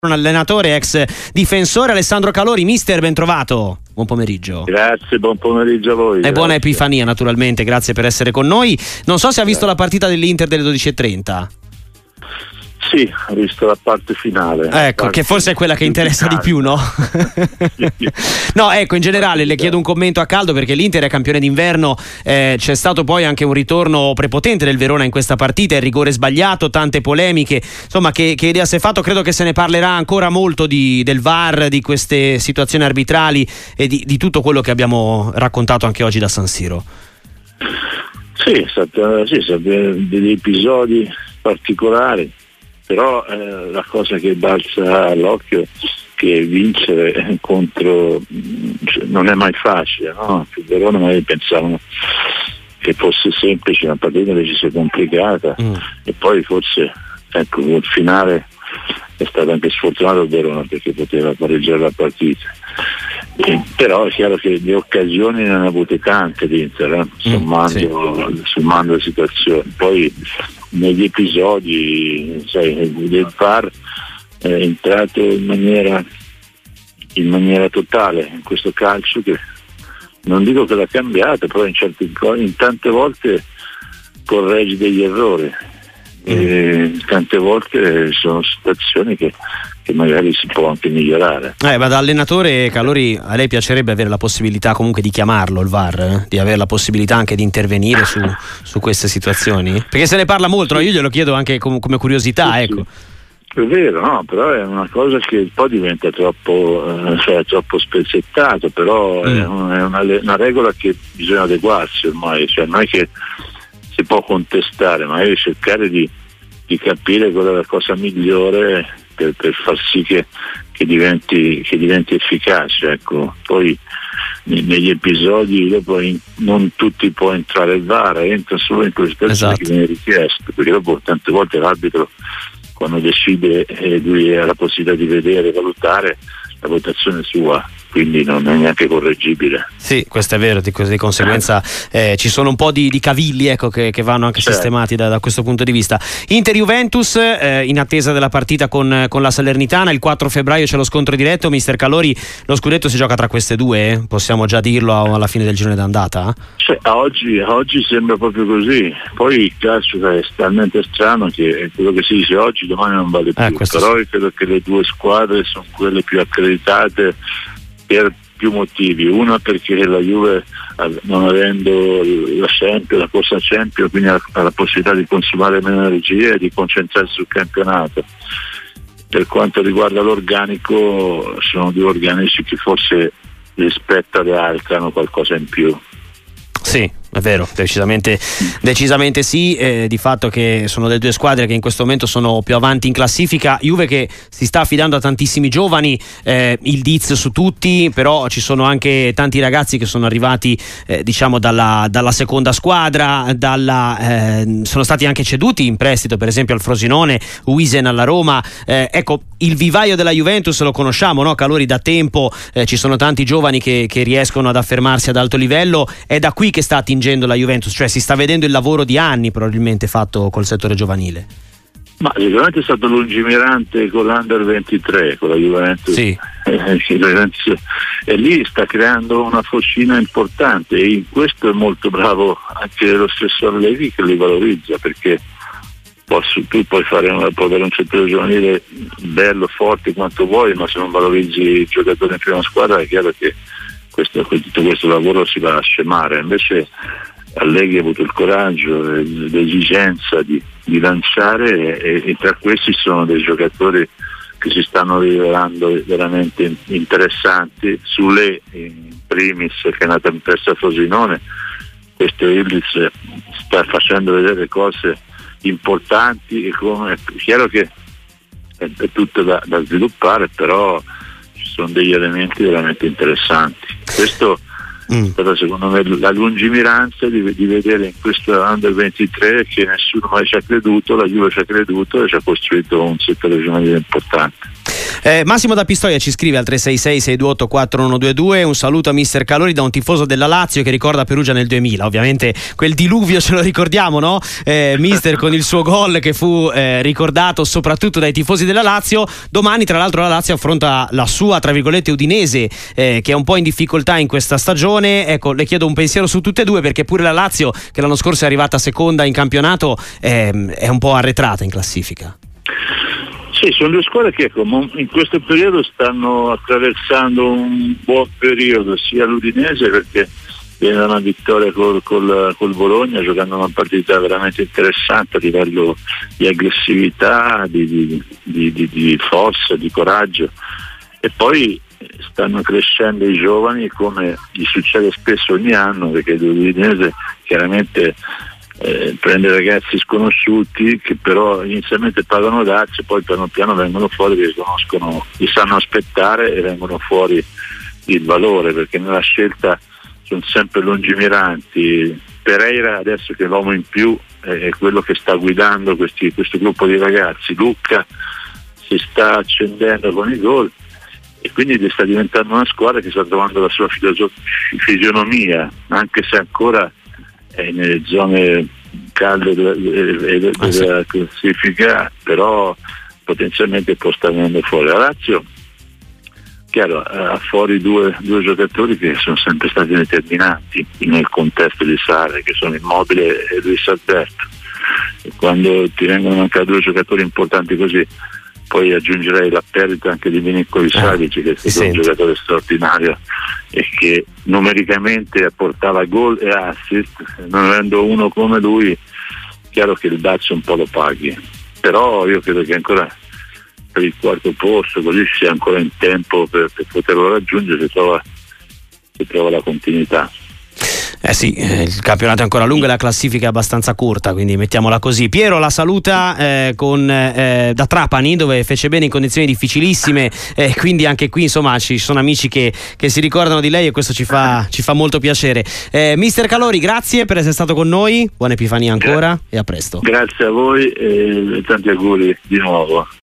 un allenatore, ex difensore, Alessandro Calori. Mister, ben trovato. Buon pomeriggio. Grazie, buon pomeriggio a voi. E buona Epifania, naturalmente, grazie per essere con noi. Non so se ha visto la partita dell'Inter delle 12:30. Sì, ho visto la parte finale. Ecco, che forse è quella che interessa di più, no? No, ecco, in generale le chiedo un commento a caldo, perché l'Inter è campione d'inverno, c'è stato poi anche un ritorno prepotente del Verona in questa partita, il rigore sbagliato, tante polemiche, insomma, che idea si è fatto? Credo che se ne parlerà ancora molto del VAR, di queste situazioni arbitrali e di tutto quello che abbiamo raccontato anche oggi da San Siro. Sì, sono degli episodi particolari. Però la cosa che balza all'occhio è che vincere contro non è mai facile, no? Il Verona magari pensavano che fosse semplice, una partita invece sia complicata e poi forse il finale è stato anche sfortunato il Verona perché poteva pareggiare la partita. Però è chiaro che le occasioni ne hanno avute tante l'Inter, sommando le situazioni. Poi negli episodi del VAR è entrato in maniera totale in questo calcio, che non dico che l'ha cambiato, però in tante volte corregge degli errori. E tante volte sono situazioni che magari si può anche migliorare. Ma da allenatore, Calori, a lei piacerebbe avere la possibilità comunque di chiamarlo il VAR, di avere la possibilità anche di intervenire su queste situazioni? Perché se ne parla molto, no? Io glielo chiedo anche come curiosità, sì, ecco. Sì. È vero, no? Però è una cosa che poi diventa troppo spezzettato, però è una regola che bisogna adeguarsi ormai, cioè non è che si può contestare, ma deve cercare di capire qual è la cosa migliore per far sì che diventi efficace, ecco. Poi negli episodi dopo non tutti può entrare il VAR, entra solo in quelle situazioni che viene richiesto, perché dopo tante volte l'arbitro, quando decide, lui ha la possibilità di vedere e valutare, la votazione sua, quindi non è neanche correggibile. Sì, questo è vero, di conseguenza ci sono un po' di cavilli, ecco, che vanno anche sistemati da questo punto di vista. Inter-Juventus, in attesa della partita con la Salernitana, il 4 febbraio c'è lo scontro diretto. Mister Calori, lo scudetto si gioca tra queste due? Possiamo già dirlo alla fine del girone d'andata? Oggi sembra proprio così, poi il calcio è talmente strano che quello che si dice oggi domani non vale più, però io credo che le due squadre sono quelle più accreditate per più motivi. Uno perché la Juve, non avendo la corsa Champions, quindi ha la possibilità di consumare meno energie e di concentrarsi sul campionato. Per quanto riguarda l'organico, sono due organici che forse rispetto alle altre hanno qualcosa in più. Sì, è vero, decisamente sì, di fatto che sono le due squadre che in questo momento sono più avanti in classifica. Juve che si sta affidando a tantissimi giovani, il Diz su tutti, però ci sono anche tanti ragazzi che sono arrivati dalla seconda squadra, sono stati anche ceduti in prestito, per esempio al Frosinone, Huijsen alla Roma. Ecco, il vivaio della Juventus lo conosciamo, no? Calori, da tempo, ci sono tanti giovani che riescono ad affermarsi ad alto livello. È da qui che sta attingendo la Juventus, cioè si sta vedendo il lavoro di anni probabilmente fatto col settore giovanile. Ma sicuramente è stato lungimirante con l'Under 23, con la Juventus. Sì. E lì sta creando una focina importante, e in questo è molto bravo anche lo stesso Allegri, che li valorizza, perché tu puoi avere un settore giovanile bello, forte quanto vuoi, ma se non valorizzi il giocatore in prima squadra è chiaro che tutto questo lavoro si va a scemare. Invece Allegri ha avuto il coraggio e l'esigenza di lanciare, e tra questi sono dei giocatori che si stanno rivelando veramente interessanti. Sulle in primis, che è nata in testa a Frosinone, questo Ildiz sta facendo vedere cose importanti, e è chiaro che è tutto da sviluppare, però ci sono degli elementi veramente interessanti. Questo è stata secondo me la lungimiranza di vedere in questo Under 23 che nessuno mai ci ha creduto, la Juve ci ha creduto e ci ha costruito un settore giovanile importante. Massimo da Pistoia ci scrive al 366-628-4122. Un saluto a mister Calori da un tifoso della Lazio che ricorda Perugia nel 2000. Ovviamente quel diluvio ce lo ricordiamo, no? Mister con il suo gol che fu ricordato soprattutto dai tifosi della Lazio. Domani tra l'altro la Lazio affronta la sua tra virgolette Udinese, che è un po' in difficoltà in questa stagione. Ecco, le chiedo un pensiero su tutte e due, perché pure la Lazio, che l'anno scorso è arrivata seconda in campionato, è un po' arretrata in classifica. Sì, sono due squadre che in questo periodo stanno attraversando un buon periodo, sia l'Udinese perché viene da una vittoria col Bologna, giocando una partita veramente interessante a livello di aggressività, di forza, di coraggio, e poi stanno crescendo i giovani come gli succede spesso ogni anno, perché l'Udinese chiaramente prende ragazzi sconosciuti che però inizialmente pagano dazio, poi piano piano vengono fuori, li conoscono, li sanno aspettare e vengono fuori il valore, perché nella scelta sono sempre lungimiranti. Pereira adesso che è l'uomo in più è quello che sta guidando questo gruppo di ragazzi. Lucca si sta accendendo con i gol e quindi sta diventando una squadra che sta trovando la sua fisionomia, anche se ancora è nelle zone calde della classifica, però potenzialmente può stare venendo fuori. La Lazio, chiaro, ha fuori due giocatori che sono sempre stati determinanti nel contesto di Sarri, che sono Immobile e Luis Alberto, e quando ti vengono mancare due giocatori importanti così, poi aggiungerei la perdita anche di Milinkovic Savic, che è stato un giocatore straordinario e che numericamente portava gol e assist, non avendo uno come lui, chiaro che il dazio un po' lo paghi, però io credo che ancora per il quarto posto così sia ancora in tempo per poterlo raggiungere, si trova la continuità. Sì, il campionato è ancora lungo e la classifica è abbastanza corta, quindi mettiamola così. Piero la saluta da Trapani, dove fece bene in condizioni difficilissime, quindi anche qui insomma ci sono amici che si ricordano di lei e questo ci fa molto piacere. Mister Calori, grazie per essere stato con noi, buona Epifania ancora e a presto. Grazie a voi e tanti auguri di nuovo.